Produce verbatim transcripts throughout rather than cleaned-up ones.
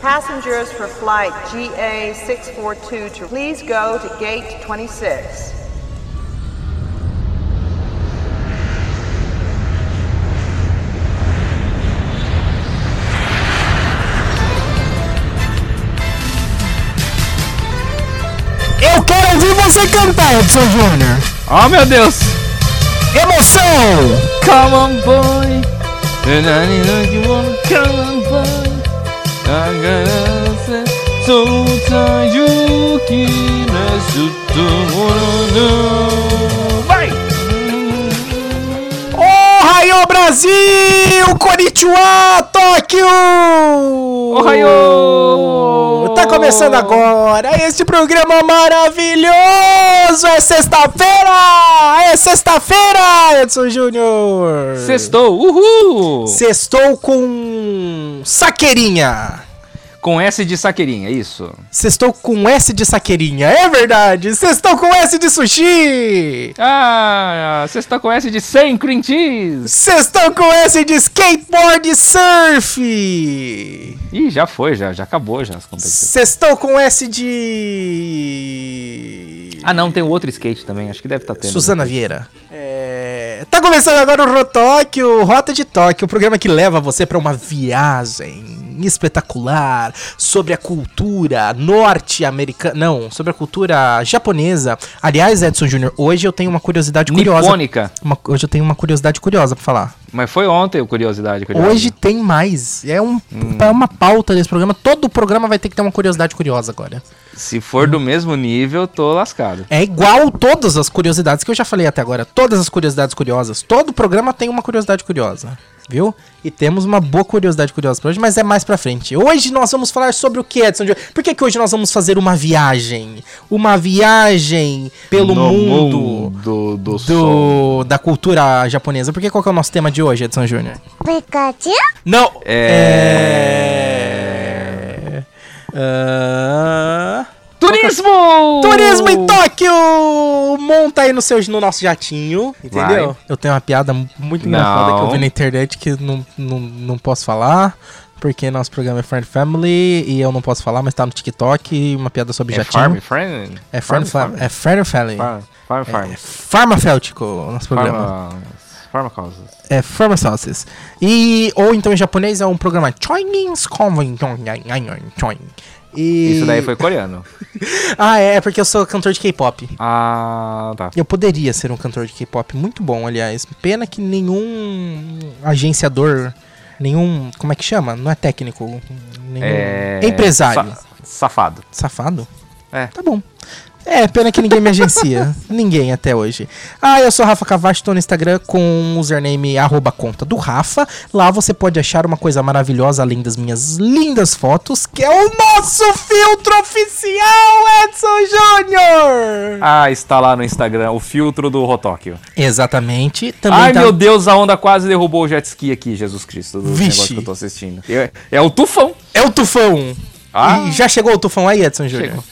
Passengers for flight G A six four two to please go to gate twenty-six. Eu quero ouvir você cantar, Edson Júnior. Oh, meu Deus. Emoção. Come on, boy. Come on, boy. Vai! Ohayou, Brasil! Konnichiwa, Tóquio! Ohayou! Tá começando agora este programa maravilhoso! É sexta-feira! É sexta-feira, Edson Júnior! Sextou, uhul! Sextou com saqueirinha! Com S de saqueirinha, isso. Sextou com S de saqueirinha, é verdade! Sextou com S de sushi! Ah, sextou com S de cem cream cheese! Sextou com S de skateboard surf! Ih, já foi, já, já acabou já as competições. Sextou com S de... Ah não, tem o outro skate também, acho que deve estar tendo. Suzana Vieira. É... Tá começando agora o Rotóquio, Rota de Tóquio, o programa que leva você pra uma viagem espetacular sobre a cultura norte-americana, não, sobre a cultura japonesa. Aliás, Edson Júnior, hoje eu tenho uma curiosidade curiosa. Nipônica. Uma, hoje eu tenho uma curiosidade curiosa pra falar. Mas foi ontem o curiosidade curiosa. Hoje tem mais. É um, hum. é uma pauta desse programa. Todo o programa vai ter que ter uma curiosidade curiosa agora. Se for do mesmo nível, tô lascado. É igual todas as curiosidades que eu já falei até agora. Todas as curiosidades curiosas. Todo programa tem uma curiosidade curiosa. Viu? E temos uma boa curiosidade curiosa pra hoje, mas é mais pra frente. Hoje nós vamos falar sobre o que, Edson? Por que que hoje nós vamos fazer uma viagem? Uma viagem pelo no mundo, mundo do, do da cultura japonesa. Porque qual que é o nosso tema de hoje, Edson Júnior? Pikachu? Não! É... é... Uh... Turismo! Turismo em Tóquio! Monta aí no, seu, no nosso jatinho, entendeu? Vai. Eu tenho uma piada muito engraçada que eu vi na internet que não, não, não posso falar, porque nosso programa é Friend Family e eu não posso falar, mas tá no TikTok, uma piada sobre é jatinho. Farm Friend? É Farm Family. É Friend Family. Farm, farm, farm. É farmacêutico, nosso programa. Pharmaceuticals. É Pharmaceuticals. E, ou então em japonês é um programa Choingins Conven. E... Isso daí foi coreano. Ah, é, porque eu sou cantor de K-pop. Ah, tá. Eu poderia ser um cantor de K-pop muito bom, aliás. Pena que nenhum agenciador, nenhum, como é que chama? Não é técnico, nenhum é... empresário. Sa- safado. Safado? É. Tá bom. É, pena que ninguém me agencia. Ninguém até hoje. Ah, eu sou Rafa Cavacho, estou no Instagram com o username arroba conta do Rafa. Lá você pode achar uma coisa maravilhosa, além das minhas lindas fotos, que é o nosso filtro oficial, Edson Júnior! Ah, está lá no Instagram, o filtro do Rotóquio. Exatamente. Também Ai, tá... meu Deus, a onda quase derrubou o jet ski aqui, Jesus Cristo, do Vixe. negócio que eu tô assistindo. É, é o tufão. É o tufão. Ah. E já chegou o tufão aí, Edson Júnior? Chegou.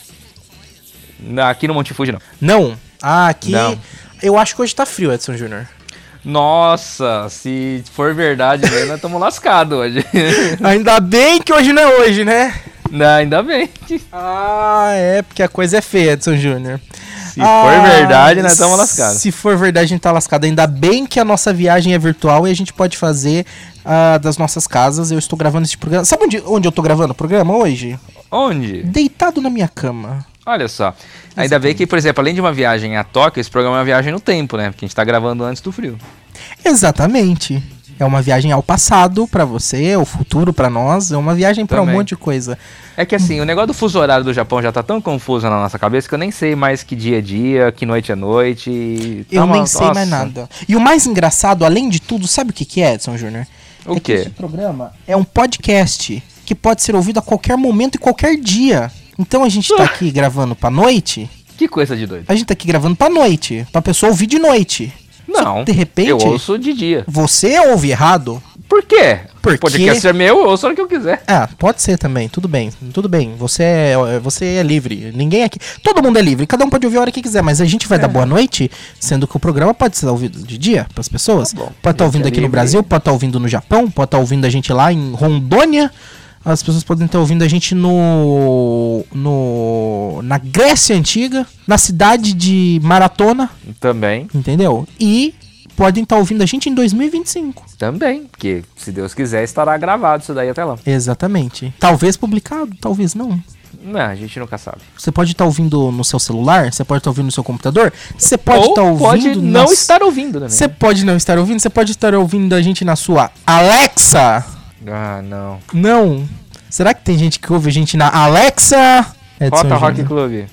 Aqui no Monte Fuji, não. Não? Ah, aqui... Não. Eu acho que hoje tá frio, Edson Júnior. Nossa, se for verdade mesmo, nós estamos lascados hoje. Ainda bem que hoje não é hoje, né? Não, ainda bem. Ah, é, porque a coisa é feia, Edson Júnior. Se ah, for verdade, nós estamos lascados. Se for verdade, a gente tá lascado. Ainda bem que a nossa viagem é virtual e a gente pode fazer uh, das nossas casas. Eu estou gravando esse programa. Sabe onde, onde eu tô gravando o programa hoje? Onde? Deitado na minha cama. Olha só. Ainda bem que, por exemplo, além de uma viagem a Tóquio, esse programa é uma viagem no tempo, né? Porque a gente tá gravando antes do frio. Exatamente. É uma viagem ao passado pra você, ao futuro pra nós. É uma viagem pra Também. um monte de coisa. É que assim, o negócio do fuso horário do Japão já tá tão confuso na nossa cabeça que eu nem sei mais que dia é dia, que noite é noite. Eu tá nem uma... sei Nossa. mais nada. E o mais engraçado, além de tudo, sabe o que que é, Edson Júnior? O é quê? Que esse programa é um podcast que pode ser ouvido a qualquer momento e qualquer dia. Então a gente tá aqui gravando pra noite. Que coisa de doido. A gente tá aqui gravando pra noite. Pra pessoa ouvir de noite. Não, Só que, de repente, eu ouço de dia. Você ouve errado. Por quê? Porque... O podcast é meu, eu ouço a hora que eu quiser. Ah, pode ser também, tudo bem, tudo bem, você é, você é livre, ninguém aqui, todo mundo é livre, cada um pode ouvir a hora que quiser, mas a gente vai É. dar boa noite, sendo que o programa pode ser ouvido de dia pras pessoas, Tá bom. pode estar Gente ouvindo é aqui no livre. Brasil, pode estar ouvindo no Japão, pode estar ouvindo a gente lá em Rondônia, As pessoas podem estar ouvindo a gente no, no na Grécia Antiga, na cidade de Maratona. Também. Entendeu? E podem estar ouvindo a gente em dois mil e vinte e cinco. Também, porque se Deus quiser estará gravado isso daí até lá. Exatamente. Talvez publicado, talvez não. Não, a gente nunca sabe. Você pode estar ouvindo no seu celular, você pode estar ouvindo no seu computador, você pode Ou estar ouvindo... pode não nas... estar ouvindo, né? Você pode não estar ouvindo, você pode estar ouvindo a gente na sua Alexa. Ah, não. Não. Será que tem gente que ouve a gente na Alexa? Edson Rota Rock Júnior. Club.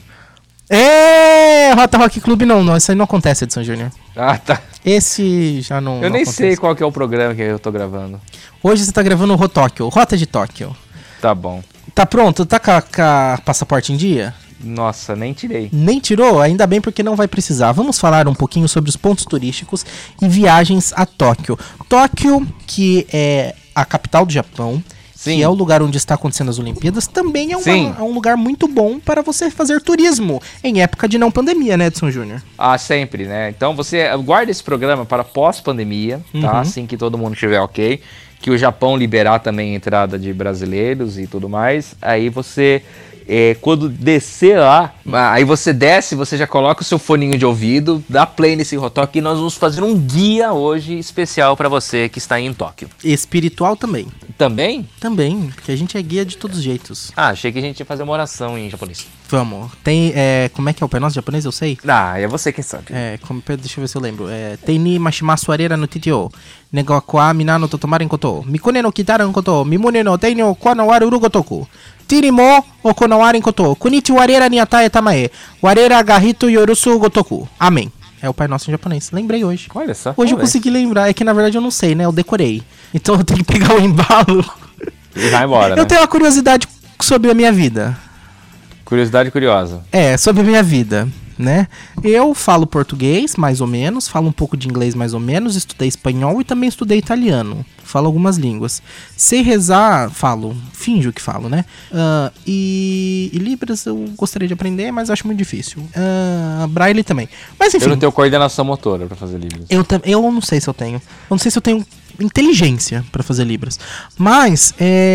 É, Rota Rock Club não, não, isso aí não acontece, Edson Júnior. Ah, tá. Esse já não Eu não nem acontece. sei qual que é o programa que eu tô gravando. Hoje você tá gravando o Rotóquio, Rota de Tóquio. Tá bom. Tá pronto? Tá com a, com a passaporte em dia? Nossa, nem tirei. Nem tirou? Ainda bem, porque não vai precisar. Vamos falar um pouquinho sobre os pontos turísticos e viagens a Tóquio. Tóquio, que é a capital do Japão, Sim. que é o lugar onde está acontecendo as Olimpíadas, também é, uma, Sim. é um lugar muito bom para você fazer turismo em época de não pandemia, né, Edson Júnior? Ah, sempre, né? Então você guarda esse programa para pós-pandemia, Uhum. tá? Assim que todo mundo estiver ok. Que o Japão liberar também a entrada de brasileiros e tudo mais. Aí você, é, quando descer lá, aí você desce, você já coloca o seu foninho de ouvido, dá play nesse Rotóquio e nós vamos fazer um guia hoje especial para você que está aí em Tóquio. Espiritual também. Também? Também, porque a gente é guia de todos os jeitos. Ah, achei que a gente ia fazer uma oração em japonês. Vamos. Tem, é, como é que é o Pai Nosso japonês? Eu sei. Ah, é você quem sabe. É, como, deixa eu ver se eu lembro. É, Teini mashimasu arera no titio. Nego kwa mina no totomaren koto. Mikune no kitaran koto. Mimune no teino kwa no waru urugotoku. Tirimo o konawaren koto. Kunichi warera ni atae tamae. Warera gahito yorusu gotoku. Amém. É o Pai Nosso em japonês. Lembrei hoje. Olha só. Hoje eu olha. consegui lembrar. É que na verdade eu não sei, né? Eu decorei. Então eu tenho que pegar o embalo. E vai embora, né? Eu tenho uma curiosidade sobre a minha vida. Curiosidade curiosa. É, sobre a minha vida, né? Eu falo português, mais ou menos, falo um pouco de inglês, mais ou menos, estudei espanhol e também estudei italiano. Falo algumas línguas. Sei rezar, falo, finjo que falo, né? Uh, e, e Libras eu gostaria de aprender, mas acho muito difícil. Uh, Braille também. Mas enfim. Eu não tenho coordenação motora pra fazer Libras. Eu, tam- eu não sei se eu tenho. Eu não sei se eu tenho inteligência pra fazer Libras. Mas,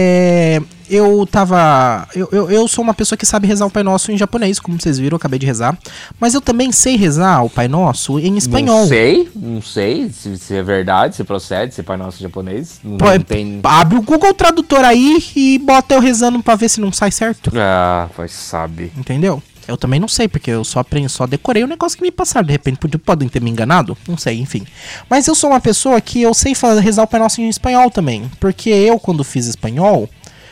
é, eu tava... Eu, eu, eu sou uma pessoa que sabe rezar o Pai Nosso em japonês, como vocês viram, eu acabei de rezar. Mas eu também sei rezar o Pai Nosso em espanhol. Não sei, não sei se, se é verdade, se procede, se é Pai Nosso japonês. Não, Pô, não tem... Abre o Google Tradutor aí e bota eu rezando pra ver se não sai certo. Ah, vai sabe. Entendeu? Eu também não sei, porque eu só aprendi, só decorei o negócio que me passaram. De repente pod- podem ter me enganado, não sei, enfim. Mas eu sou uma pessoa que eu sei fa- rezar o Pai Nosso em espanhol também. Porque eu, quando fiz espanhol,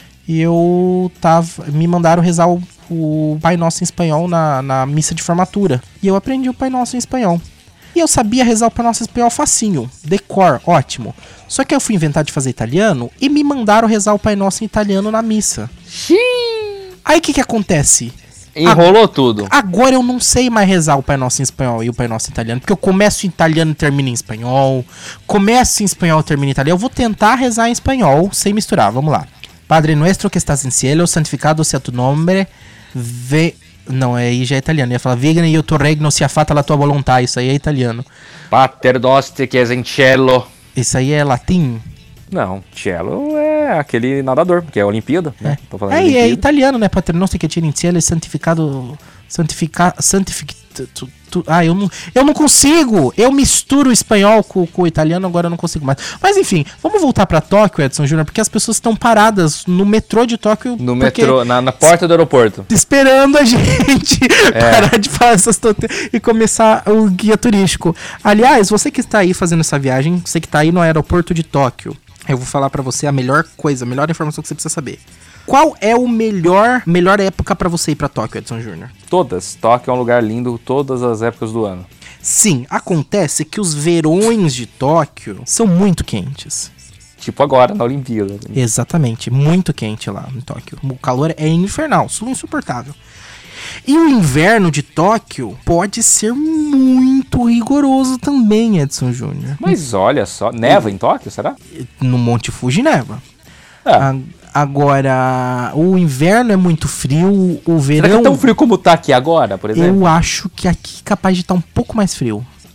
eu tava. Me mandaram rezar o, o Pai Nosso em espanhol na, na missa de formatura. E eu aprendi o Pai Nosso em espanhol. E eu sabia rezar o Pai Nosso em espanhol facinho, decor, ótimo. Só que eu fui inventar de fazer italiano e me mandaram rezar o Pai Nosso em italiano na missa. Aí o que que acontece? Enrolou tudo. Agora eu não sei mais rezar o Pai Nosso em espanhol e o Pai Nosso em italiano, porque eu começo em italiano e termino em espanhol, começo em espanhol e termino em italiano. Eu vou tentar rezar em espanhol sem misturar, vamos lá. Padre nuestro que estás en cielo, santificado sea tu nombre, ve... Não, aí já é italiano, eu ia falar Vigna io tuo regno sia fatta la tua volontà, isso aí é italiano. Pater noster que és in cielo. Isso aí é latim? Não, cello é aquele nadador, que é a Olimpíada, né? Tô falando É, de e é Olimpíada. italiano, né? Pater noster que tiene in cielo, santificado... Santifica... Santific... tu- tu- Ah, eu não, eu não consigo! Eu misturo o espanhol com, com o italiano, agora eu não consigo mais. Mas enfim, vamos voltar pra Tóquio, Edson Júnior, porque as pessoas estão paradas no metrô de Tóquio. No porque- metrô, na, na porta do aeroporto. Esperando a gente parar de falar essas tonterias e começar o guia turístico. Aliás, você que está aí fazendo essa viagem, você que está aí no aeroporto de Tóquio, eu vou falar pra você a melhor coisa, a melhor informação que você precisa saber. Qual é o melhor, melhor época pra você ir pra Tóquio, Edson Júnior? Todas. Tóquio é um lugar lindo todas as épocas do ano. Sim, acontece que os verões de Tóquio são muito quentes. Tipo agora, na Olimpíada. Exatamente, muito quente lá em Tóquio. O calor é infernal, sul insuportável. E o inverno de Tóquio pode ser muito rigoroso também, Edson Júnior. Mas olha só, neva em Tóquio, será? No Monte Fuji neva. Ah, A- Agora, o inverno é muito frio, o será que verão... é tão frio como tá aqui agora, por exemplo? Eu acho que aqui é capaz de estar um pouco mais frio.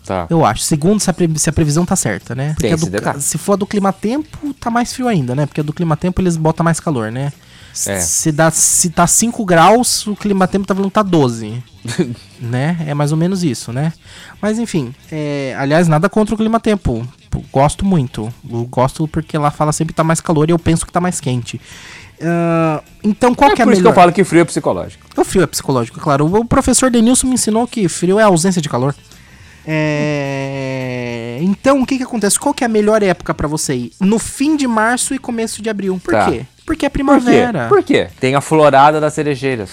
Tá. Eu acho. Segundo, se a, pre- se a previsão tá certa, né? Porque Tem a esse do- detalhe. se for a do clima-tempo, tá mais frio ainda, né? Porque a do clima-tempo eles botam mais calor, né? S- É. Se, dá, se tá cinco graus, o clima-tempo tá falando que tá doze. Né? É mais ou menos isso, né? Mas enfim, é, aliás, nada contra o clima-tempo. P- Gosto muito. Eu gosto porque lá fala sempre que tá mais calor e eu penso que tá mais quente. Ah, então, qual É que é a por isso que melhor? eu falo que frio é psicológico. O frio é psicológico, claro. O professor Denilson me ensinou que frio é ausência de calor. É... Então, o que que acontece? Qual que é a melhor época pra você ir? No fim de março e começo de abril. Por Tá. quê? Porque é Por quê? primavera. Por quê? Tem a florada das cerejeiras.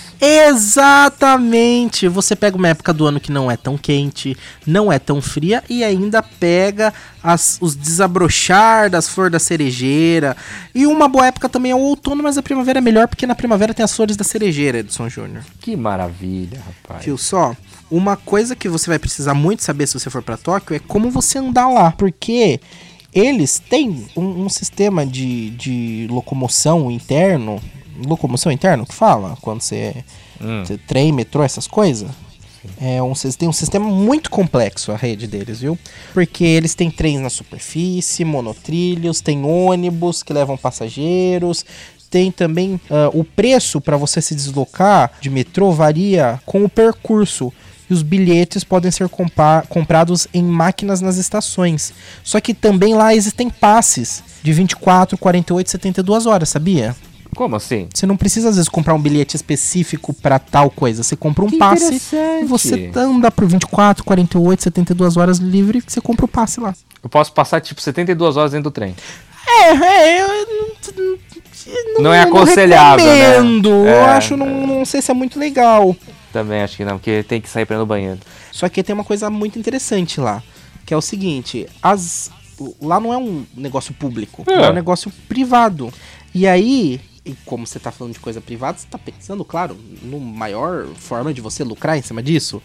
Exatamente! Você pega uma época do ano que não é tão quente, não é tão fria e ainda pega as- os desabrochar das flores da cerejeira. E uma boa época também é o outono, mas a primavera é melhor porque na primavera tem as flores da cerejeira, Edson Júnior. Que maravilha, rapaz. Viu só? Uma coisa que você vai precisar muito saber se você for pra Tóquio é como você andar lá, porque eles têm um, um sistema de, de locomoção interno, locomoção interno que fala, quando você, Hum. você trem, metrô, essas coisas. É um, sis- tem um sistema muito complexo a rede deles, viu? Porque eles têm trens na superfície, monotrilhos, tem ônibus que levam passageiros. Tem também ah, o preço para você se deslocar de metrô varia com o percurso. E os bilhetes podem ser compa- comprados em máquinas nas estações. Só que também lá existem passes de vinte e quatro, quarenta e oito, setenta e duas horas, sabia? Como assim? Você não precisa às vezes comprar um bilhete específico para tal coisa. Você compra um Que passe interessante. e você anda por vinte e quatro, quarenta e oito, setenta e duas horas livre e você compra o passe lá. Eu posso passar tipo setenta e duas horas dentro do trem. É, é, eu não, Não é aconselhável, né? recomendo. Eu É, acho, não, não sei se é muito legal. Também acho que não, porque tem que sair pra ir no banheiro. Só que tem uma coisa muito interessante lá, que é o seguinte, as lá não é um negócio público, É. lá é um negócio privado. E aí, e como você tá falando de coisa privada, você tá pensando, claro, no maior forma de você lucrar em cima disso.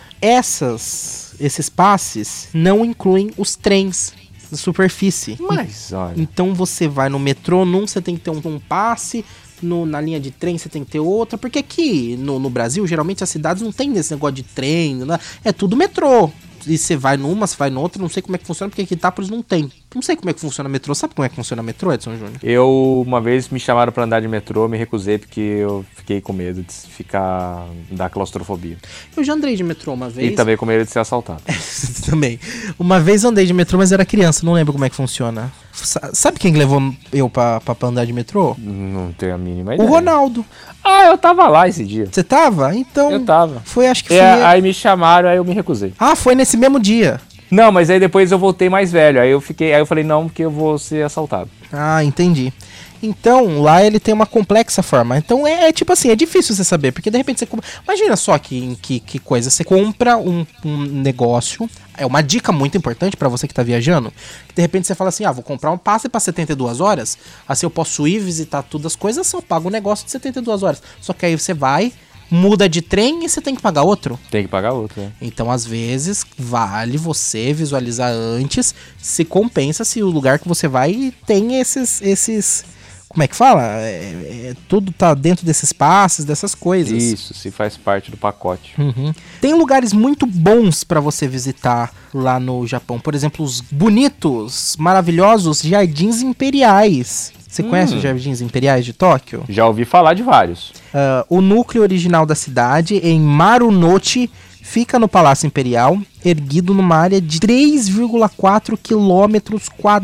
Essas, esses passes não incluem os trens da superfície. Mas, olha... Então você vai no metrô, num você tem que ter um, um passe, no- na linha de trem você tem que ter outra, porque aqui no, no Brasil, geralmente as cidades não tem esse negócio de trem, né? É tudo metrô. E você vai numa, você vai noutra, não sei como é que funciona, porque aqui em Itápolis não tem. Não sei como é que funciona o metrô. Sabe como é que funciona o metrô, Edson Júnior? Eu, uma vez, me chamaram pra andar de metrô, me recusei porque eu fiquei com medo de ficar... da claustrofobia. Eu já andei de metrô uma vez. E também com medo de ser assaltado. Também. Uma vez eu andei de metrô, mas era criança, não lembro como é que funciona. Sa- Sabe quem levou eu pra, pra, pra andar de metrô? Não tenho a mínima O ideia. Ronaldo. Ah, eu tava lá esse dia. Você tava? Então. Eu tava. Foi, acho que foi. É, aí me chamaram, aí eu me recusei. Ah, foi nesse mesmo dia. Não, mas aí depois eu voltei mais velho. Aí eu fiquei, aí eu falei, não, porque eu vou ser assaltado. Ah, entendi. Então, lá ele tem uma complexa forma. Então, é, é tipo assim, é difícil você saber. Porque, de repente, você compra... Imagina só que, que, que coisa. Você compra um, um negócio... É uma dica muito importante pra você que tá viajando. Que, de repente, você fala assim, ah, vou comprar um passe pra setenta e duas horas. Assim, eu posso ir visitar todas as coisas, só pago um negócio de setenta e duas horas. Só que aí você vai, muda de trem e você tem que pagar outro. Tem que pagar outro, né? Então, às vezes, vale você visualizar antes se compensa se o lugar que você vai tem esses... esses como é que fala? É, é, tudo tá dentro desses passes, dessas coisas. Isso, se faz parte do pacote. Uhum. Tem lugares muito bons pra você visitar lá no Japão. Por exemplo, os bonitos, maravilhosos Jardins Imperiais. Você Hum. conhece os Jardins Imperiais de Tóquio? Já ouvi falar de vários. Ah, o núcleo original da cidade, em Marunouchi, fica no Palácio Imperial, erguido numa área de três vírgula quatro quilômetros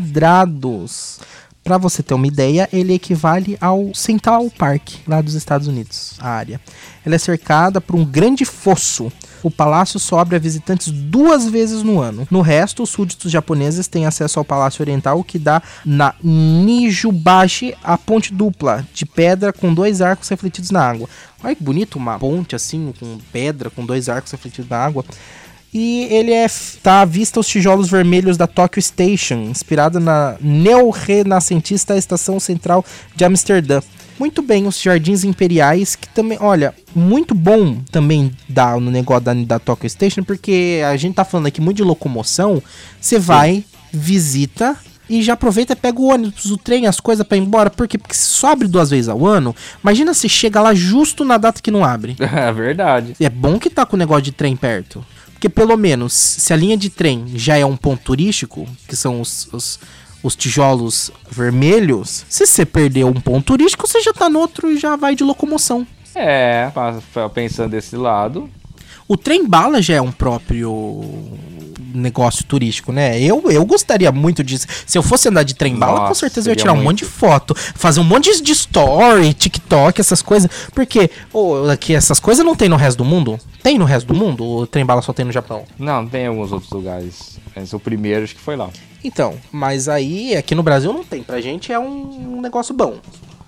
quadrados. Para você ter uma ideia, ele equivale ao Central Park, lá dos Estados Unidos, a área. Ela é cercada por um grande fosso. O palácio só abre a visitantes duas vezes no ano. No resto, os súditos japoneses têm acesso ao Palácio Oriental, que dá na Nijubashi, a ponte dupla, de pedra com dois arcos refletidos na água. Olha que bonito, uma ponte assim, com pedra, com dois arcos refletidos na água. E ele é, tá à vista os tijolos vermelhos da Tokyo Station, inspirada na neo-renascentista Estação Central de Amsterdã. Muito bem, os Jardins Imperiais, que também, olha, muito bom também dar no negócio da, da Tokyo Station, porque a gente tá falando aqui muito de locomoção, você vai, visita e já aproveita e pega o ônibus, o trem, as coisas pra ir embora. Por quê? Porque se só abre duas vezes ao ano, imagina se chega lá justo na data que não abre. É verdade. É bom que tá com o negócio de trem perto. Porque pelo menos, se a linha de trem já é um ponto turístico, que são os, os, os tijolos vermelhos, se você perder um ponto turístico, você já tá no outro e já vai de locomoção. É, pensando desse lado. O trem-bala já é um próprio negócio turístico, né? Eu, eu gostaria muito disso. Se eu fosse andar de trem-bala, com certeza eu ia tirar um muito. monte de foto. Fazer um monte de story, TikTok, essas coisas. Porque oh, aqui essas coisas não tem no resto do mundo? Tem no resto do mundo? Ou o trem-bala só tem no Japão? Não, tem em alguns outros lugares. Mas o primeiro acho que foi lá. Então, mas aí aqui no Brasil não tem. Pra gente é um negócio bom.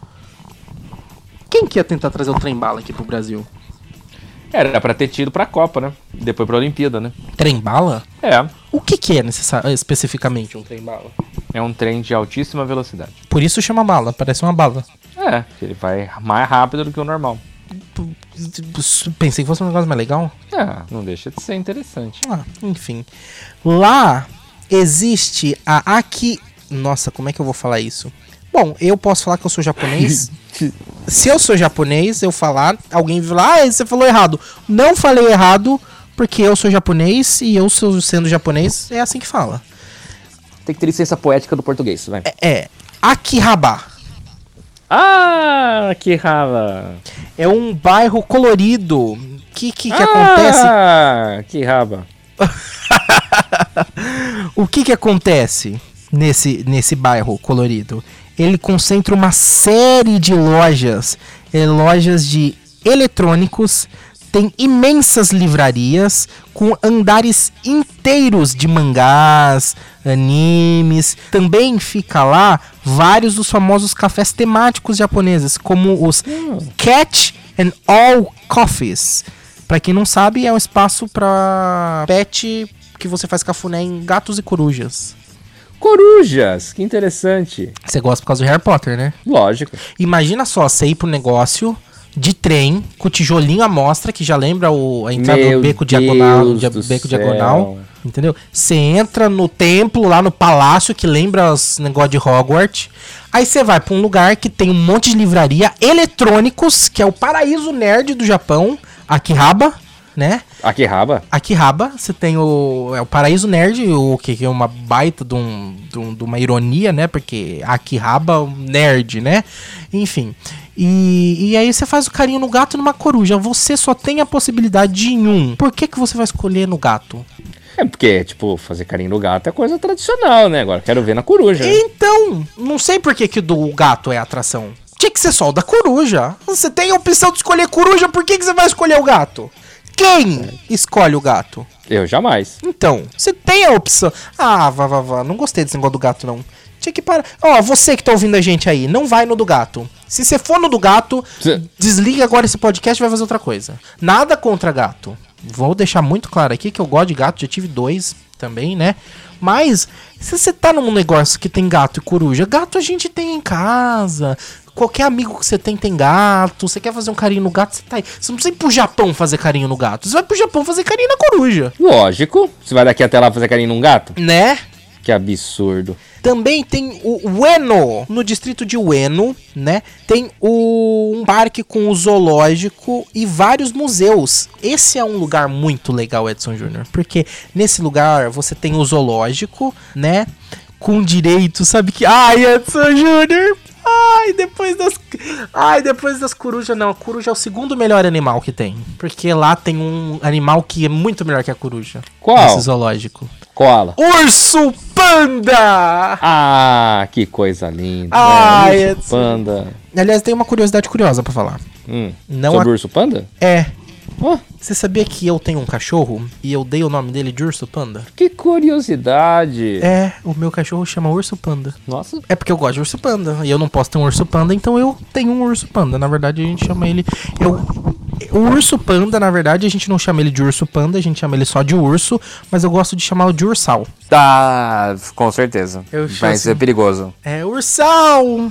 Quem que ia tentar trazer o trem-bala aqui pro Brasil? Era pra ter tido pra Copa, né? Depois pra Olimpíada, né? Trem-bala? É. O que que é necessário, especificamente um trem-bala? É um trem de altíssima velocidade. Por isso chama bala, parece uma bala. É, ele vai mais rápido do que o normal. Pensei que fosse um negócio mais legal. É, não deixa de ser interessante. Ah, enfim. Lá existe a Aki... Nossa, como é que eu vou falar isso? Bom, eu posso falar que eu sou japonês. Se eu sou japonês, eu falar, alguém vai falar, ah, você falou errado. Não falei errado, porque eu sou japonês e eu sou, sendo japonês, é assim que fala. Tem que ter licença poética do português, vai. É, é Akihabara. Ah, Akihabara. É um bairro colorido. O que, que, que ah, acontece? Ah, Akihabara. O que que acontece nesse, nesse bairro colorido? Ele concentra uma série de lojas, é, lojas de eletrônicos, tem imensas livrarias com andares inteiros de mangás, animes. Também fica lá vários dos famosos cafés temáticos japoneses, como os hum. Cat and All Coffees. Pra quem não sabe, é um espaço pra pet que você faz cafuné em gatos e corujas. Corujas, que interessante. Você gosta por causa do Harry Potter, né? Lógico. Imagina só, você ir pro negócio de trem, com o tijolinho à mostra, que já lembra o, a entrada Meu do beco Deus diagonal. do beco céu. diagonal. Entendeu? Você entra no templo, lá no palácio, que lembra os negócios de Hogwarts. Aí você vai pra um lugar que tem um monte de livraria, eletrônicos, que é o paraíso nerd do Japão, Akihabara, né? Akihabara? Akihabara, você tem o, é o paraíso nerd, o que é uma baita de, um, de, um, de uma ironia, né? Porque Akihabara, nerd, né? Enfim. E, e aí você faz o carinho no gato e numa coruja. Você só tem a possibilidade de ir em um. Por que que você vai escolher no gato? É porque, tipo, fazer carinho no gato é coisa tradicional, né? Agora quero ver na coruja. Né? Então, não sei por que que do gato é atração. Tinha que ser só o da coruja. Você tem a opção de escolher coruja, por que que você vai escolher o gato? Quem escolhe o gato? Eu jamais. Então, você tem a opção. Ah, vá, vá, vá. Não gostei desse negócio do gato, não. Tinha que parar. Ó, você que tá ouvindo a gente aí, não vai no do gato. Se você for no do gato, Cê... desliga agora esse podcast e vai fazer outra coisa. Nada contra gato. Vou deixar muito claro aqui que eu gosto de gato, já tive dois também, né? Mas, se você tá num negócio que tem gato e coruja, gato a gente tem em casa. Qualquer amigo que você tem tem gato. Você quer fazer um carinho no gato, você tá aí. Você não precisa ir pro Japão fazer carinho no gato. Você vai pro Japão fazer carinho na coruja. Lógico. Você vai daqui até lá fazer carinho num gato? Né? Que absurdo. Também tem o Ueno, no distrito de Ueno, né? Tem o, um parque com o zoológico e vários museus. Esse é um lugar muito legal, Edson Júnior. Porque nesse lugar você tem o zoológico, né? Com direito, sabe que... Ai, Edson Júnior... Ai, depois das... Ai, depois das corujas, não. A coruja é o segundo melhor animal que tem. Porque lá tem um animal que é muito melhor que a coruja. Qual? Nesse zoológico. Koala. Urso Panda! Ah, que coisa linda. Ai, né? Urso Edson. Panda. Aliás, tem uma curiosidade curiosa pra falar. Hum. Não Sobre a... o urso panda? É. Oh, Você sabia que eu tenho um cachorro e eu dei o nome dele de Urso Panda? que curiosidade. É, o meu cachorro chama Urso Panda. Nossa. É porque eu gosto de Urso Panda e eu não posso ter um Urso Panda, então eu tenho um Urso Panda. Na verdade, a gente chama ele... Eu... O Urso Panda, na verdade, a gente não chama ele de Urso Panda, a gente chama ele só de Urso, mas eu gosto de chamá-lo de Ursal. Tá, com certeza. Eu Mas assim, é perigoso. É, Ursal!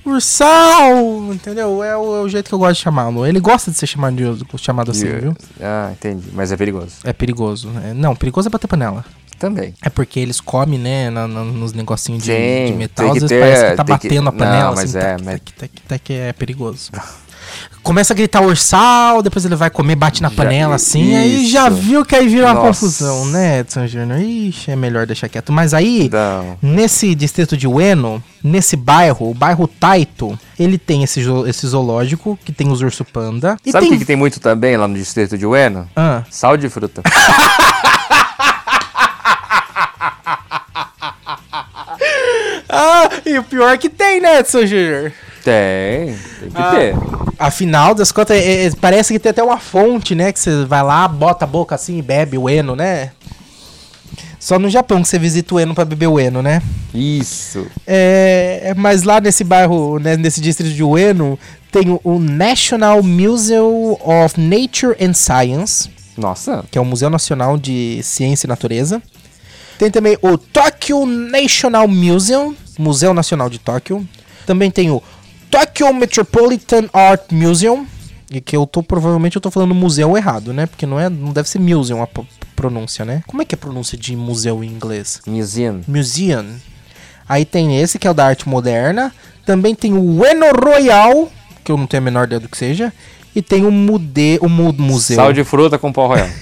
Ursal! Entendeu? É o, é o jeito que eu gosto de chamá-lo. Ele gosta de ser chamado, de, chamado assim, Yeah. viu? Ah, entendi. Mas é perigoso. É perigoso. É, não, perigoso é bater panela. Também. É porque eles comem, né, na, na, nos negocinhos de, Sim, de metal, tem às que vezes ter- parece que tá tem que- batendo a panela, Não, mas assim, é, tac, mas- tac, tac, tac, é perigoso. Começa a gritar ursal, depois ele vai comer, bate na Já- panela assim, isso. aí já viu que aí vira uma Nossa. confusão, né, Edson Júnior? Ixi, é melhor deixar quieto. Mas aí, Não. nesse distrito de Ueno, nesse bairro, o bairro Taito, ele tem esse, zo- esse zoológico, que tem os urso panda. E Sabe o tem... que, que tem muito também lá no distrito de Ueno? Ah. Sal de fruta. Ah, e o pior é que tem, né, Edson Júnior? Tem, tem que Ah. ter. Afinal das contas, é- é- parece que tem até uma fonte, né? Que você vai lá, bota a boca assim e bebe o Eno, né? Só no Japão que você visita o Eno pra beber o Eno, né? Isso. É, é, mas lá nesse bairro, né, nesse distrito de Ueno, tem o, o National Museum of Nature and Science, Nossa. que é o Museu Nacional de Ciência e Natureza. Tem também o Tokyo National Museum, Museu Nacional de Tóquio. Também tem o Tokyo Metropolitan Art Museum, e que eu tô, provavelmente eu tô falando museu errado, né? Porque não, é, não deve ser museum a p- pronúncia, né? Como é que é a pronúncia de museu em inglês? Museum. Museum. Aí tem esse, que é o da arte moderna. Também tem o Ueno Royal, que eu não tenho a menor ideia do que seja. E tem o, mude, o mu- museu. Sal de fruta com pó royal.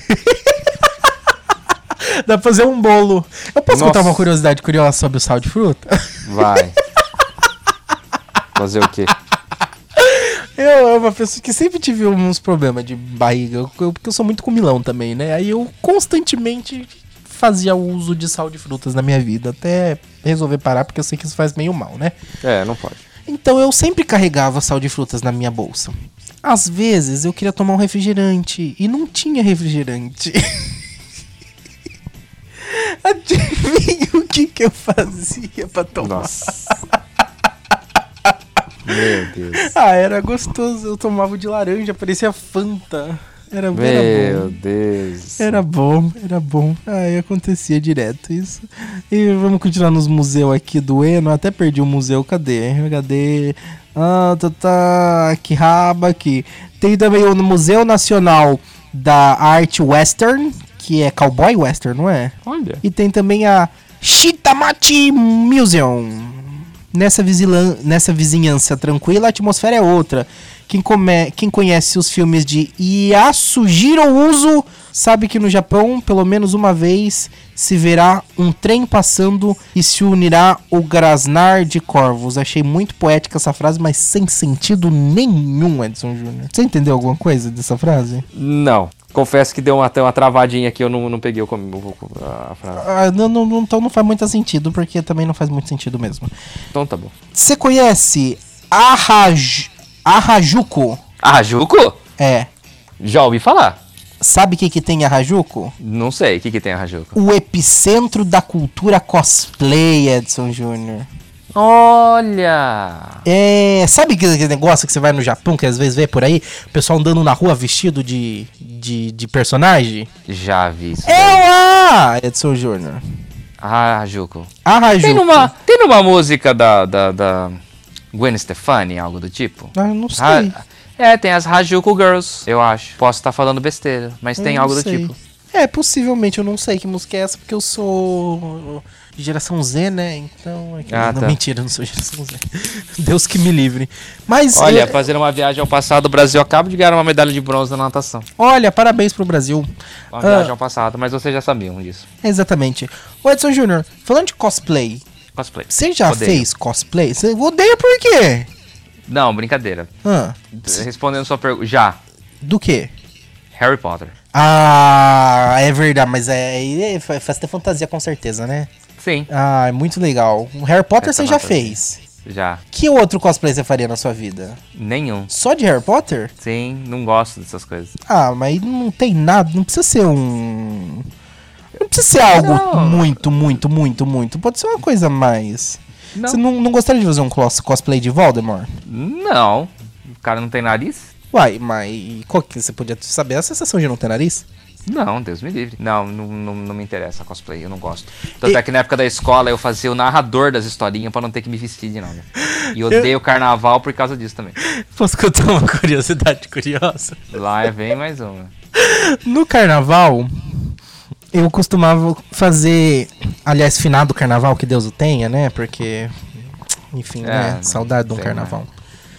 Dá pra fazer um bolo. Eu posso Nossa. contar uma curiosidade curiosa sobre o sal de fruta? Vai. Fazer o quê? Eu é uma pessoa que sempre tive uns problemas de barriga, eu- eu- porque eu sou muito comilão também, né? Aí eu constantemente fazia uso de sal de frutas na minha vida, até resolver parar, porque eu sei que isso faz meio mal, né? É, não pode. Então eu sempre carregava sal de frutas na minha bolsa. Às vezes eu queria tomar um refrigerante e não tinha refrigerante. Adivinha o que, que eu fazia pra tomar? Nossa. Meu Deus. Ah, era gostoso. Eu tomava de laranja, parecia Fanta. Era, era Meu bom. Deus. Era bom, era bom. Aí acontecia direto isso. E vamos continuar nos museus aqui do Eno. Até perdi o museu. Cadê? Cadê? Ah, tá, tá. Aqui, raba aqui. Tem também o Museu Nacional da Arte Western, que é cowboy western, não é? Olha. E tem também a Shitamachi Museum. Nessa, vizilan- nessa vizinhança tranquila, a atmosfera é outra. Quem, come- quem conhece os filmes de Yasujiro Uso sabe que no Japão, pelo menos uma vez, se verá um trem passando e se unirá o grasnar de corvos. Achei muito poética essa frase, mas sem sentido nenhum, Edson Júnior. Você entendeu alguma coisa dessa frase? Não. Confesso que deu uma, até uma travadinha aqui, eu não, não peguei o, com- o- a frase. Ah, não, não, não- então não faz muito sentido, porque também não faz muito sentido mesmo. Então tá bom. Você conhece Arraj... Harajuku? Harajuku? É. Já ouvi falar. Sabe o que, que tem em Harajuku? Não sei. O que, que tem Harajuku? O epicentro da cultura cosplay, Edson Júnior. Olha! É, sabe aquele negócio que você vai no Japão, que às vezes vê por aí, o pessoal andando na rua vestido de, de, de personagem? Já vi isso. É lá, Edson Júnior. Harajuku. Harajuku. Tem numa, tem numa música da, da, da Gwen Stefani, algo do tipo? Ah, eu não sei. Ha- é, tem as Harajuku Girls, eu acho. Posso estar falando besteira, mas Eu tem não algo do sei. tipo. É, possivelmente, eu não sei que música é essa, porque eu sou de geração Z, né? Então. É que... Ah, não, tá. mentira, eu não sou geração Z. Deus que me livre. Mas. Olha, é, fazendo uma viagem ao passado, o Brasil acaba de ganhar uma medalha de bronze na natação. olha, parabéns pro Brasil. Uma Ah. viagem ao passado, mas vocês já sabiam disso. Exatamente. Ô Edson Júnior, falando de cosplay, Cosplay. você já Odeio. fez cosplay? Você odeia por quê? Não, brincadeira. Ah, Respondendo sua pergunta. Já. do quê? Harry Potter. Ah, é verdade, mas é, é faz ter fantasia com certeza, né? Sim. Ah, é muito legal. O Harry Potter Festa você já fantasia. fez. Já. Que outro cosplay você faria na sua vida? Nenhum. Só de Harry Potter? Sim, não gosto dessas coisas. Ah, mas não tem nada, não precisa ser um... Não precisa ser algo Não. muito, muito, muito, muito. Pode ser uma coisa mais... Não. Você não, não gostaria de fazer um cos- cosplay de Voldemort? Não. O cara não tem nariz? Uai, mas qual que você podia saber a sensação de não ter nariz? Não, Deus me livre. Não, não, não, não me interessa cosplay, eu não gosto. Tanto E- é que na época da escola eu fazia o narrador das historinhas pra não ter que me vestir de nada. E odeio carnaval por causa disso também. Posso contar uma curiosidade curiosa? Lá vem mais uma. No carnaval, eu costumava fazer... Aliás, finado carnaval, que Deus o tenha, né? Porque... Enfim, É, né? não Saudade de um sei, carnaval.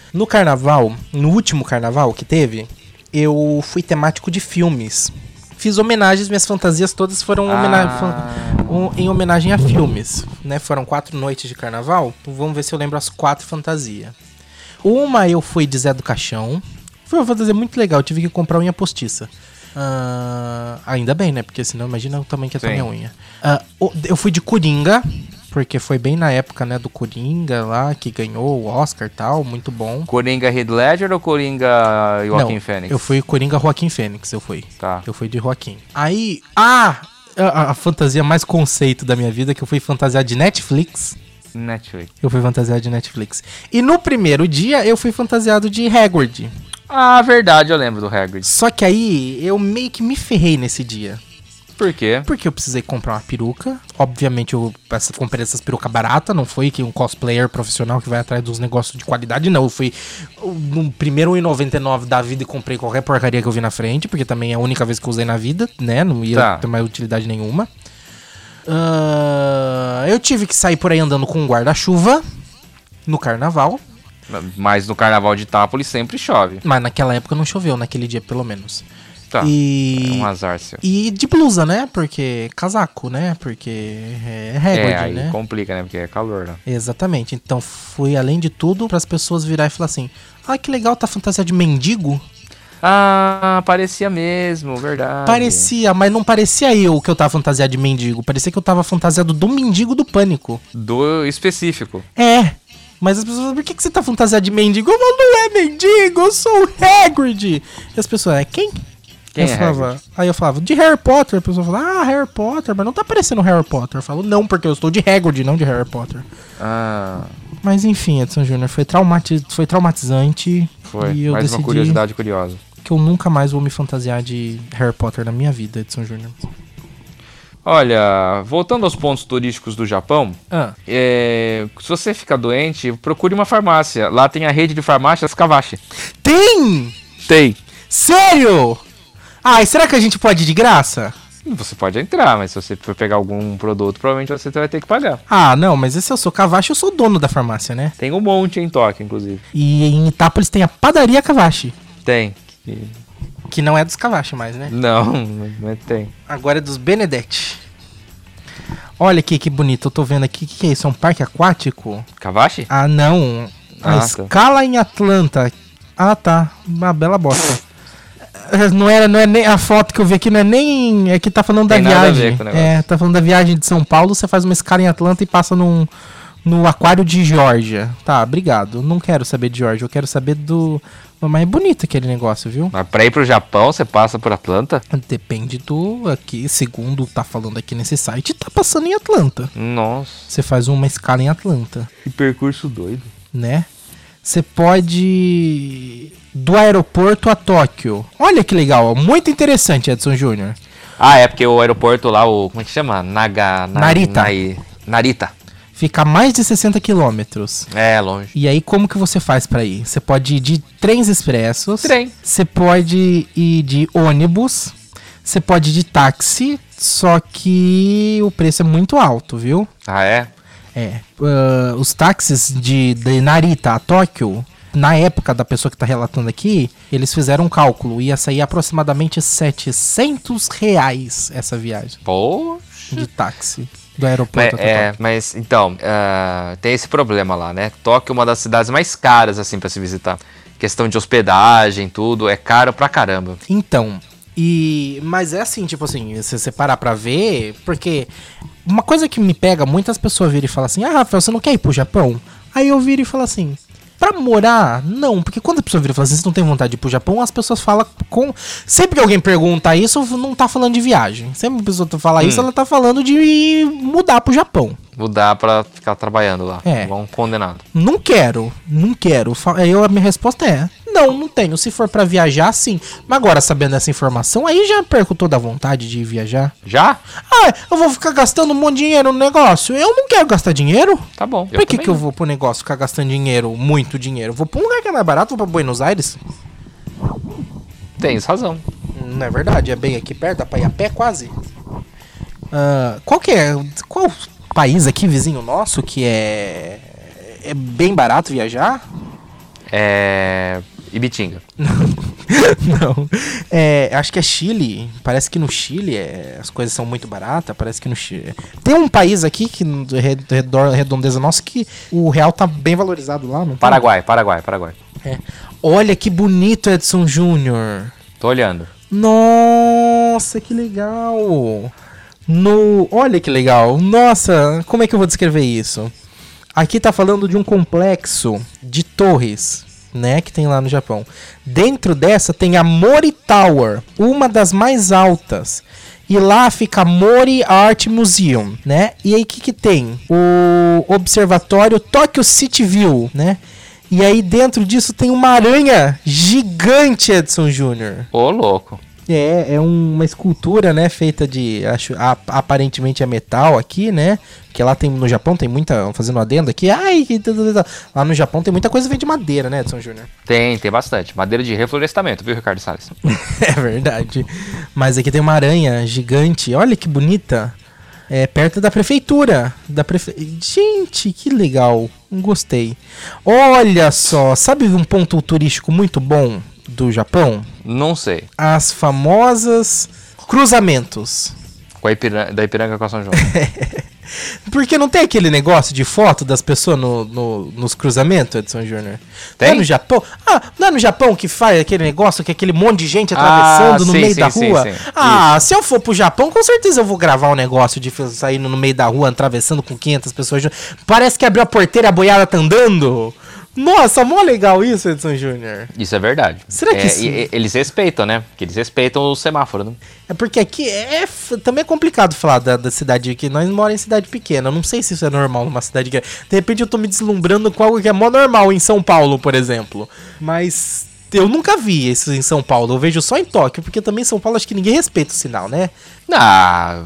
No carnaval, no último carnaval que teve, eu fui temático de filmes. Fiz homenagens, minhas fantasias todas foram Ah. homena- fan- um- em homenagem a filmes, né? Foram quatro noites de carnaval, vamos ver se eu lembro as quatro fantasias. Uma eu fui de Zé do Caixão, foi uma fantasia muito legal, eu tive que comprar unha postiça. Ah, ainda bem, né? Porque senão imagina o tamanho que é a Sim. minha unha. Ah, o- eu fui de Coringa, porque foi bem na época, né, do Coringa lá, que ganhou o Oscar e tal, muito bom. Coringa Heath Ledger ou Coringa Joaquin Não, Phoenix? eu fui Coringa Joaquin Phoenix, eu fui. Tá. Eu fui de Joaquim. Aí, ah, a, a fantasia mais conceito da minha vida, que eu fui fantasiar de Netflix. Netflix. Eu fui fantasiado de Netflix. E no primeiro dia, eu fui fantasiado de Hagrid. Ah, verdade, eu lembro do Hagrid. Só que aí, eu meio que me ferrei nesse dia. Por quê? Porque eu precisei comprar uma peruca. Obviamente, eu essa- comprei essas perucas baratas. Não foi que um cosplayer profissional que vai atrás dos negócios de qualidade, não. Eu fui uh, no primeiro um e noventa e nove da vida e comprei qualquer porcaria que eu vi na frente. Porque também é a única vez que eu usei na vida, né? Não ia Tá. ter mais utilidade nenhuma. Ah, eu tive que sair por aí andando com um guarda-chuva no carnaval. Mas no carnaval de Itápolis sempre chove. Mas naquela época não choveu, naquele dia pelo menos. Tá. E... É um azar seu. E de blusa, né? Porque casaco, né? Porque é Hagrid, É, aí né? complica, né? Porque é calor, né? Exatamente. Então fui, além de tudo, para as pessoas virar e falar assim: ah, que legal, tá fantasia de mendigo. Ah, parecia mesmo, verdade. Parecia, mas não parecia eu que eu tava fantasiado de mendigo. Parecia que eu tava fantasiado do mendigo do Pânico. Do específico. É. Mas as pessoas falam, por que, que você tá fantasiado de mendigo? Eu falo, não é mendigo, eu sou o Hagrid. E as pessoas, é quem? Quem eu é falava, Hagrid? Aí eu falava, de Harry Potter. A pessoa fala, ah, Harry Potter, mas não tá parecendo Harry Potter. Eu falo, não, porque eu estou de Hagrid, não de Harry Potter. Ah, Mas enfim, Edson Júnior, foi, traumati foi traumatizante. foi. E eu Mais decidi uma curiosidade curiosa. que eu nunca mais vou me fantasiar de Harry Potter na minha vida, Edson Júnior. Olha, voltando aos pontos turísticos do Japão, Ah, é, se você ficar doente, procure uma farmácia. Lá tem a rede de farmácias Kavashi. tem! Tem. Sério? Ah, e será que a gente pode ir de graça? Você pode entrar, mas se você for pegar algum produto, provavelmente você vai ter que pagar. Ah, não, mas esse eu sou Cavachi, eu sou dono da farmácia, né? Tem um monte em Tóquio, inclusive. E em Itápolis tem a padaria Cavachi, Tem. E- que não é dos Cavachi mais, né? Não, mas tem. Agora é dos Benedetti. Olha aqui que bonito, eu tô vendo aqui, o que, que é isso? É um parque aquático? Kavashi? Ah, não. A Ah, tá. escala em Atlanta. Ah, tá. Uma bela bosta. Não era, não é nem a foto que eu vi aqui, não é nem. É que tá falando da Tem nada a viagem. ver com o negócio. É, tá falando da viagem de São Paulo, você faz uma escala em Atlanta e passa num, no aquário de Geórgia. Tá, obrigado. Não quero saber de Geórgia, eu quero saber do. Mas é bonito aquele negócio, viu? Mas pra ir pro Japão, você passa por Atlanta? Depende do. Aqui, segundo tá falando aqui nesse site, tá passando em Atlanta. Nossa, Você faz uma escala em Atlanta, que percurso doido. né? Você pode. Do aeroporto a Tóquio. Olha que legal, ó, muito interessante, Edson Júnior. Ah, é porque o aeroporto lá, o. Como é que chama? Naga. Na- Narita. Nai- Narita. Fica a mais de sessenta quilômetros. É, longe. E aí, como que você faz pra ir? Você pode ir de trens expressos. Trem. Você pode ir de ônibus. Você pode ir de táxi. Só que o preço é muito alto, viu? Ah, é? É. ah, os táxis de, de Narita a Tóquio, na época da pessoa que tá relatando aqui, eles fizeram um cálculo. Ia sair aproximadamente setecentos reais essa viagem Pô. de táxi do Mas, aeroporto até é, Tóquio. mas então, ah, tem esse problema lá, né? Tóquio é uma das cidades mais caras, assim, pra se visitar. Questão de hospedagem, tudo, é caro pra caramba. Então, e mas é assim, tipo assim, se você parar pra ver, porque uma coisa que me pega, muitas pessoas viram e falam assim: "Ah, Rafael, você não quer ir pro Japão?" Aí eu viro e falo assim: pra morar, não, porque quando a pessoa vira e fala assim, você não tem vontade de ir pro Japão, as pessoas falam com... Sempre que alguém pergunta isso, não tá falando de viagem. Sempre que a pessoa fala isso, Hum. ela tá falando de mudar pro Japão. Mudar pra ficar trabalhando lá. É. Vão condenado. Não quero, não quero. Fa- Aí eu, a minha resposta é, não, não tenho. Se for pra viajar, sim. Mas agora, sabendo essa informação, aí já perco toda a vontade de ir viajar. Já? Ah, eu vou ficar gastando um monte de dinheiro no negócio? Eu não quero gastar dinheiro. Tá bom. Por que, também que eu não. vou pro negócio ficar gastando dinheiro, muito dinheiro? Eu vou pra um lugar que é mais barato, vou pra Buenos Aires. Tens razão. Não é verdade, é bem aqui perto, dá pra ir a pé quase. Ah, qual que é, qual país aqui, vizinho nosso, que é, é bem barato viajar? É... Ibitinga. Não. É, acho que é Chile. Parece que no Chile é, as coisas são muito baratas. Parece que no Chile. Tem um país aqui, que no redor, redondeza nossa, que o real tá bem valorizado lá, não tem? Paraguai, Paraguai, Paraguai. É. Olha que bonito, Edson Júnior. Tô olhando. Nossa, que legal. No... Olha que legal. Nossa, como é que eu vou descrever isso? Aqui tá falando de um complexo de torres, né, que tem lá no Japão. Dentro dessa tem a Mori Tower, uma das mais altas. E lá fica a Mori Art Museum, né? E aí o que que tem? O observatório Tokyo City View, né? E aí dentro disso tem uma aranha gigante, Edson Júnior. Ô, louco. É, é um- uma escultura, né, feita de, acho, a- aparentemente é metal aqui, né, que lá tem, no Japão tem muita, fazendo um adendo aqui, ai, que tudo, tudo, tudo. Lá no Japão tem muita coisa que vem de madeira, né, Edson Júnior? Tem, tem bastante. Madeira de reflorestamento, viu, Ricardo Salles? É verdade. Mas aqui tem uma aranha gigante, olha que bonita, é perto da prefeitura, da prefe... Gente, que legal, gostei. Olha só, sabe um ponto turístico muito bom do Japão? Não sei. As famosas cruzamentos. Com a Ipiranga, da Ipiranga com a São João. Porque não tem aquele negócio de foto das pessoas no, no- nos cruzamentos, Edson Júnior? Tem? Não é no Japão? Ah, não é no Japão que faz aquele negócio que é aquele monte de gente Ah, atravessando no sim, meio sim, da sim, rua? sim. Ah, se eu for pro Japão, com certeza eu vou gravar um negócio de sair no meio da rua, atravessando com quinhentas pessoas. junto. Parece que abriu a porteira e a boiada tá andando. Nossa, mó legal isso, Edson Júnior. Isso é verdade. Será que É, sim? e- e- eles respeitam, né? Porque eles respeitam o semáforo, né? É porque aqui é, f- também é complicado falar da, da cidade aqui. Nós moramos em cidade pequena. Eu não sei se isso é normal numa cidade grande. De repente eu tô me deslumbrando com algo que é mó normal em São Paulo, por exemplo. Mas eu nunca vi isso em São Paulo. Eu vejo só em Tóquio, porque também em São Paulo acho que ninguém respeita o sinal, né? Ah,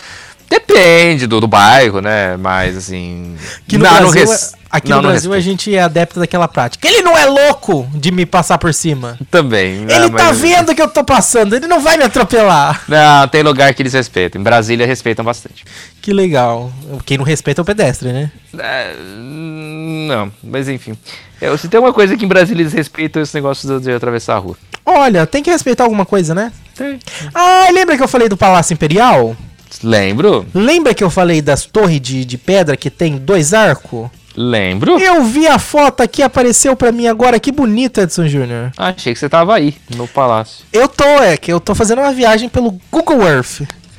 depende do, do bairro, né? Mas assim. Aqui no não, não Brasil, res- é- aqui não, no não Brasil a respeito. gente é adepto daquela prática. Ele não é louco de me passar por cima. Também. né, Ele tá mas- vendo que eu tô passando. Ele não vai me atropelar. Não, tem lugar que eles respeitam. Em Brasília respeitam bastante. Que legal. Quem não respeita é o pedestre, né? É, não, mas enfim. Eu, se tem uma coisa que em Brasília eles respeitam, é esse negócio de, de atravessar a rua. Olha, tem que respeitar alguma coisa, né? Tem. Ah, lembra que eu falei do Palácio Imperial? Lembro? Lembra que eu falei das torres de, de pedra que tem dois arcos? Lembro. Eu vi a foto aqui, apareceu pra mim agora. Que bonito, Edson Júnior. Achei que você tava aí, no palácio. Eu tô, é que eu tô fazendo uma viagem pelo Google Earth.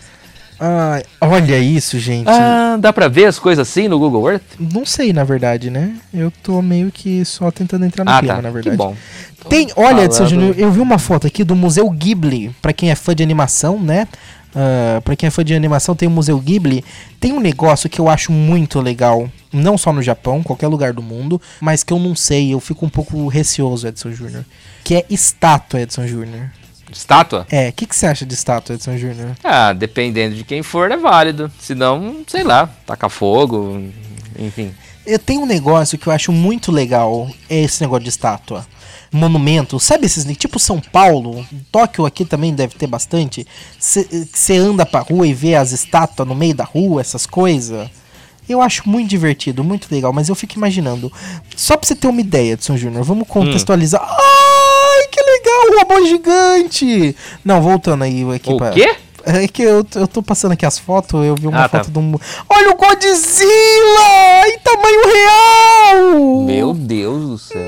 Ai, olha isso, gente. Ah, dá pra ver as coisas assim no Google Earth? Não sei, na verdade, né? Eu tô meio que só tentando entrar no Ah, clima, tá. na Que verdade. bom. Tem, olha, Edson falando- Júnior, eu vi uma foto aqui do Museu Ghibli, pra quem é fã de animação, né? Uh, pra quem é fã de animação, tem o Museu Ghibli. Tem um negócio que eu acho muito legal, não só no Japão, qualquer lugar do mundo, mas que eu não sei, eu fico um pouco receoso, Edson Júnior. Que é estátua, Edson Júnior. Estátua? É, o que, que você acha de estátua, Edson Júnior? Ah, dependendo de quem for, é válido. Se não, sei lá, taca fogo, enfim. Eu tenho um negócio que eu acho muito legal, é esse negócio de estátua. Monumento, sabe esses, tipo São Paulo, Tóquio aqui também deve ter bastante. Você anda pra rua e vê as estátuas no meio da rua, essas coisas. Eu acho muito divertido, muito legal, mas eu fico imaginando. Só pra você ter uma ideia, Edson Júnior, vamos contextualizar. Ai, que legal, um robô gigante! Não, voltando aí aqui O pra... quê? É que eu, eu tô passando aqui as fotos, eu vi uma Ah, tá. foto de um... Olha o Godzilla! Em tamanho real! Meu Deus do céu.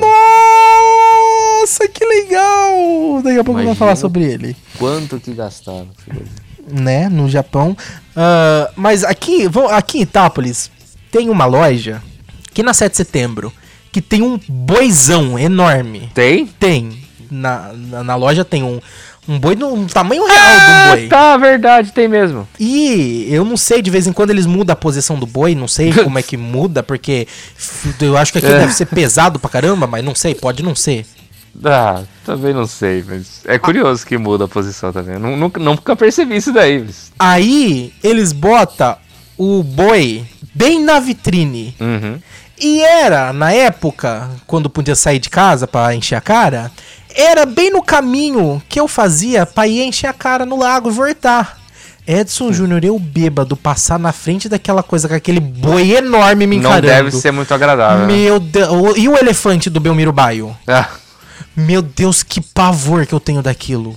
Nossa, que legal! Daqui a pouco Imagina. vamos falar sobre ele. Quanto que gastaram? Né, no Japão. Ah, mas aqui, vão- aqui em Itápolis tem uma loja que na sete de setembro que tem um boizão enorme. Tem? Tem. Na, na, na loja tem um, um boi no um tamanho real Ah, do boi. tá, verdade, tem mesmo. E eu não sei, de vez em quando eles mudam a posição do boi, não sei como é que muda, porque f- eu acho que aqui É. deve ser pesado pra caramba, mas não sei, pode não ser. Ah, também não sei, mas é curioso que muda a posição também. Eu nu- nunca, nunca percebi isso daí. Mas... Aí eles botam o boi bem na vitrine. Uhum. E era, na época, quando podia sair de casa pra encher a cara, era bem no caminho que eu fazia pra ir encher a cara no lago e voltar. Edson Júnior, eu bêbado, passar na frente daquela coisa com aquele boi enorme me encarando. Não deve ser muito agradável. Meu Deus. E o elefante do Belmiro Baio? Ah. Meu Deus, que pavor que eu tenho daquilo.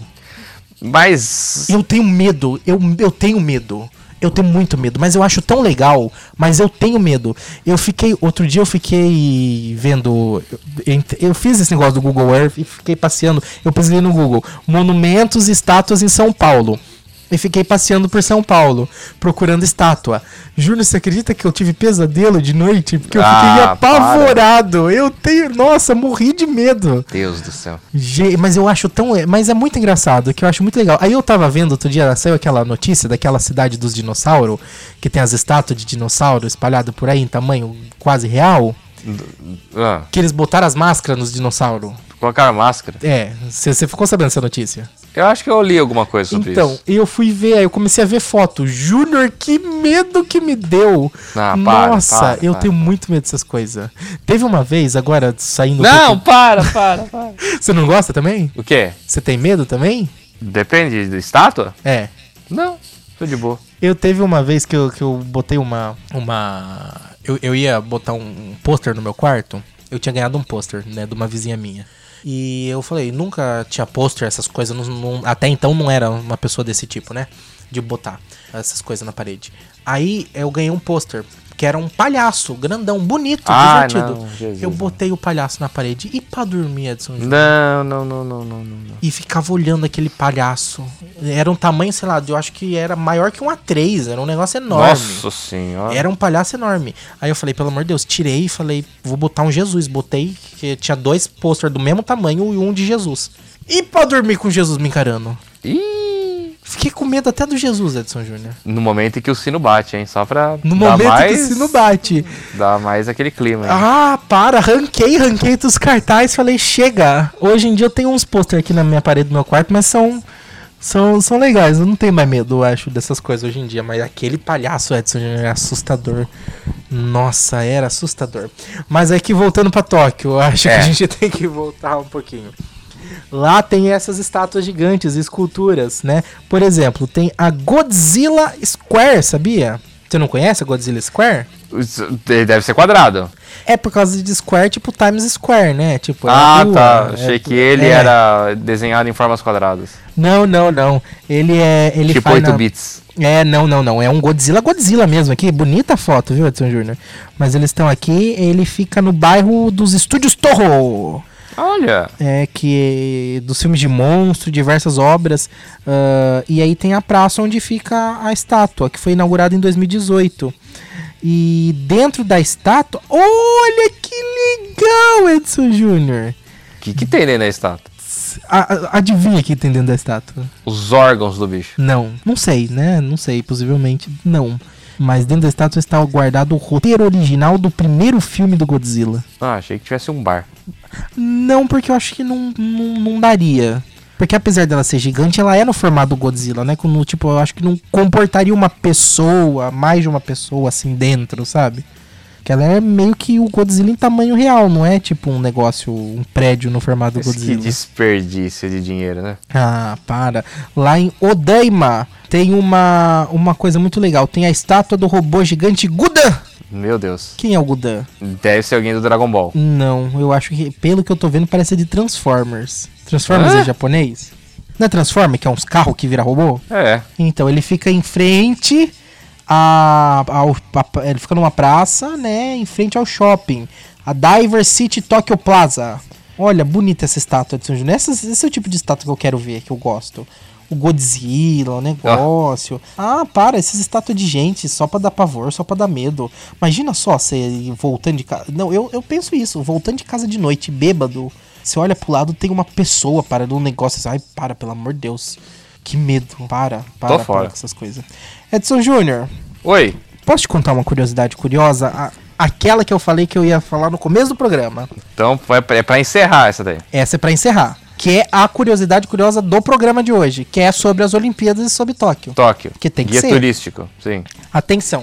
Mas... Eu tenho medo, eu, eu tenho medo. Eu tenho muito medo, mas eu acho tão legal, mas eu tenho medo. Eu fiquei, outro dia eu fiquei vendo, eu, eu fiz esse negócio do Google Earth e fiquei passeando, eu pesquisei no Google, monumentos e estátuas em São Paulo. E fiquei passeando por São Paulo, procurando estátua. Júnior, você acredita que eu tive pesadelo de noite? Porque eu Ah, fiquei apavorado. Para. Eu tenho... Nossa, morri de medo. Deus do céu. Ge... Mas eu acho tão... Mas é muito engraçado, que eu acho muito legal. Aí eu tava vendo, outro dia saiu aquela notícia daquela cidade dos dinossauros, que tem as estátuas de dinossauro espalhadas por aí em tamanho quase real. Ah. Que eles botaram as máscaras nos dinossauros. Colocaram máscara? É, você ficou sabendo dessa notícia? Eu acho que eu li alguma coisa sobre então, isso. Então, eu fui ver, aí eu comecei a ver foto. Júnior, que medo que me deu. Ah, para, Nossa, para, eu para, tenho para. muito medo dessas coisas. Teve uma vez, agora, saindo... Não, um pouco... para, para, para. Você não gosta também? O quê? Você tem medo também? Depende da estátua? É. Não, tô de boa. Eu teve uma vez que eu, que eu botei uma... uma... Eu, eu ia botar um, um pôster no meu quarto. Eu tinha ganhado um pôster, né, de uma vizinha minha. E eu falei, nunca tinha pôster, essas coisas, não, não, até então não era uma pessoa desse tipo, né? De botar essas coisas na parede. Aí eu ganhei um pôster, que era um palhaço, grandão, bonito, ah, divertido. Não, Jesus, eu botei o palhaço na parede e pra dormir, Edson Júnior. Não, não, não, não, não, não. E ficava olhando aquele palhaço. Era um tamanho, sei lá, eu acho que era maior que um A três, era um negócio enorme. Nossa senhora. Era um palhaço enorme. Aí eu falei, pelo amor de Deus, tirei e falei, vou botar um Jesus. Botei, que tinha dois pôster do mesmo tamanho e um de Jesus. E pra dormir com Jesus me encarando? Ih! Fiquei com medo até do Jesus, Edson Júnior. No momento em que o sino bate, hein? Só pra No dar momento mais, que o sino bate. Dá mais aquele clima, hein? Ah, para, ranquei, ranquei dos cartazes, falei, chega. Hoje em dia eu tenho uns pôster aqui na minha parede do meu quarto, mas são... São, são legais, eu não tenho mais medo, eu acho, dessas coisas hoje em dia. Mas aquele palhaço, Edson, é assustador. Nossa, era assustador. Mas aqui, voltando pra Tóquio, eu acho É. que a gente tem que voltar um pouquinho. Lá tem essas estátuas gigantes, esculturas, né? Por exemplo, tem a Godzilla Square, sabia? Você não conhece a Godzilla Square? Isso deve ser quadrado. É por causa de Square, tipo Times Square, né? Tipo, é Ah, a rua, tá. é- Achei que ele é. era desenhado em formas quadradas. Não, não, não. Ele é... Ele tipo faz oito na- bits. É, não, não, não. É um Godzilla, Godzilla mesmo aqui. Bonita foto, viu, Edson Júnior? Mas eles estão aqui, ele fica no bairro dos Estúdios Toho. Olha. É, que dos filmes de monstro, diversas obras. ah, e aí tem a praça onde fica a estátua, que foi inaugurada em dois mil e dezoito. E dentro da estátua... Olha que legal, Edson Júnior! O que, que tem dentro da estátua? A- a- Adivinha o que tem dentro da estátua? Os órgãos do bicho. Não, não sei, né? Não sei, possivelmente não. Mas dentro da estátua está guardado o roteiro original do primeiro filme do Godzilla. Ah, achei que tivesse um bar. Não, porque eu acho que não, não, não daria. Porque apesar dela ser gigante, ela é no formato do Godzilla, né? Como, tipo, eu acho que não comportaria uma pessoa, mais de uma pessoa assim dentro, sabe? Que ela é meio que o Godzilla em tamanho real, não é tipo um negócio, um prédio no formato do Mas que Godzilla. desperdício de dinheiro, né? Ah, para. Lá em Odaima tem uma, uma coisa muito legal. Tem a estátua do robô gigante Gudan. Meu Deus. Quem é o Gudan? Deve ser alguém do Dragon Ball. Não, eu acho que, pelo que eu tô vendo, parece de Transformers. Transformers Hã? é japonês? Não é Transformer, que é uns carros que vira robô? É. Então, ele fica em frente a, ao, a- ele fica numa praça, né, em frente ao shopping, a Diver City Tokyo Plaza. Olha, bonita essa estátua de São Júnior. Essa- Esse é o tipo de estátua que eu quero ver, que eu gosto. O Godzilla, o negócio. Ah, para, essas estátuas de gente, só pra dar pavor, só pra dar medo. Imagina só, você voltando de casa. Não, eu, eu penso isso, voltando de casa de noite, bêbado. Você olha pro lado, tem uma pessoa parando um negócio assim. Ai, para, pelo amor de Deus. Que medo. Para, para, Tô fora. para com essas coisas. Edson Júnior, Oi. posso te contar uma curiosidade curiosa? A- aquela que eu falei que eu ia falar no começo do programa. Então é pra- é pra encerrar essa daí. Essa é pra encerrar. Que é a curiosidade curiosa do programa de hoje. Que é sobre as Olimpíadas e sobre Tóquio. Tóquio. Que tem que Guia ser. turístico, sim. Atenção.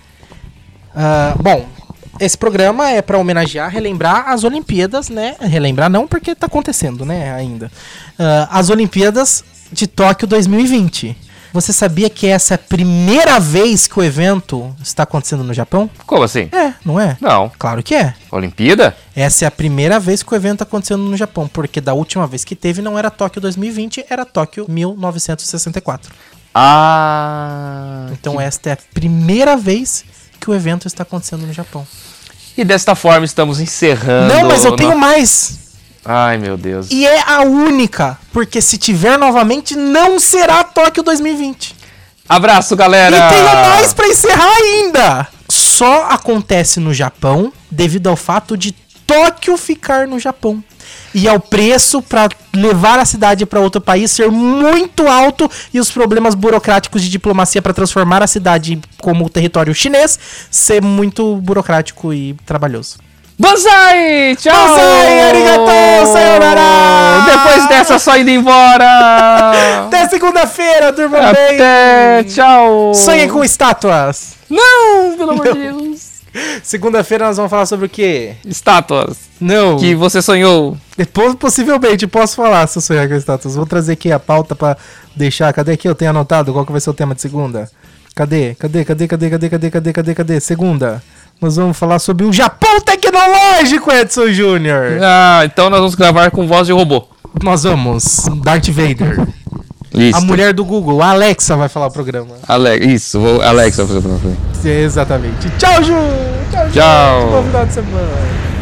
Ah, bom, esse programa é pra homenagear, relembrar as Olimpíadas, né? Relembrar não, porque tá acontecendo, né, ainda. Ah, as Olimpíadas de Tóquio dois mil e vinte. Você sabia que essa é a primeira vez que o evento está acontecendo no Japão? Como assim? É, não é? Não. Claro que é. Olimpíada? Essa é a primeira vez que o evento está acontecendo no Japão, porque da última vez que teve não era Tóquio dois mil e vinte, era Tóquio mil novecentos e sessenta e quatro. Ah... Então que... esta é a primeira vez que o evento está acontecendo no Japão. E desta forma estamos encerrando... Não, mas eu tenho no... mais. Ai, meu Deus. E é a única, porque se tiver novamente, não será Tóquio dois mil e vinte. Abraço, galera! E tenho mais pra encerrar ainda! Só acontece no Japão devido ao fato de Tóquio ficar no Japão. E ao preço para levar a cidade para outro país ser muito alto e os problemas burocráticos de diplomacia para transformar a cidade como território chinês ser muito burocrático e trabalhoso. Banzai! Tchau! Banzai, arigatou, sayonara! Depois dessa, só indo embora! Até segunda-feira, durma bem! Até, tchau! Sonhem com estátuas! Não, pelo amor de Deus! Segunda-feira nós vamos falar sobre o quê? Estátuas. Não. Que você sonhou. Depois, possivelmente, posso falar se eu sonhar com estátuas. Vou trazer aqui a pauta pra deixar. Cadê aqui? Eu tenho anotado qual que vai ser o tema de segunda. Cadê? Cadê? Cadê? Cadê? Cadê? Cadê? Cadê? Cadê? Cadê? Segunda. Nós vamos falar sobre o Japão tecnológico, Edson Júnior. Ah, então nós vamos gravar com voz de robô. Nós vamos. Darth Vader. Isso. A mulher do Google, a Alexa, vai falar o programa. Ale... Isso, vou... Alexa vai fazer o programa. Exatamente. Tchau, Ju! Tchau, Ju! Tchau. Bom final de semana.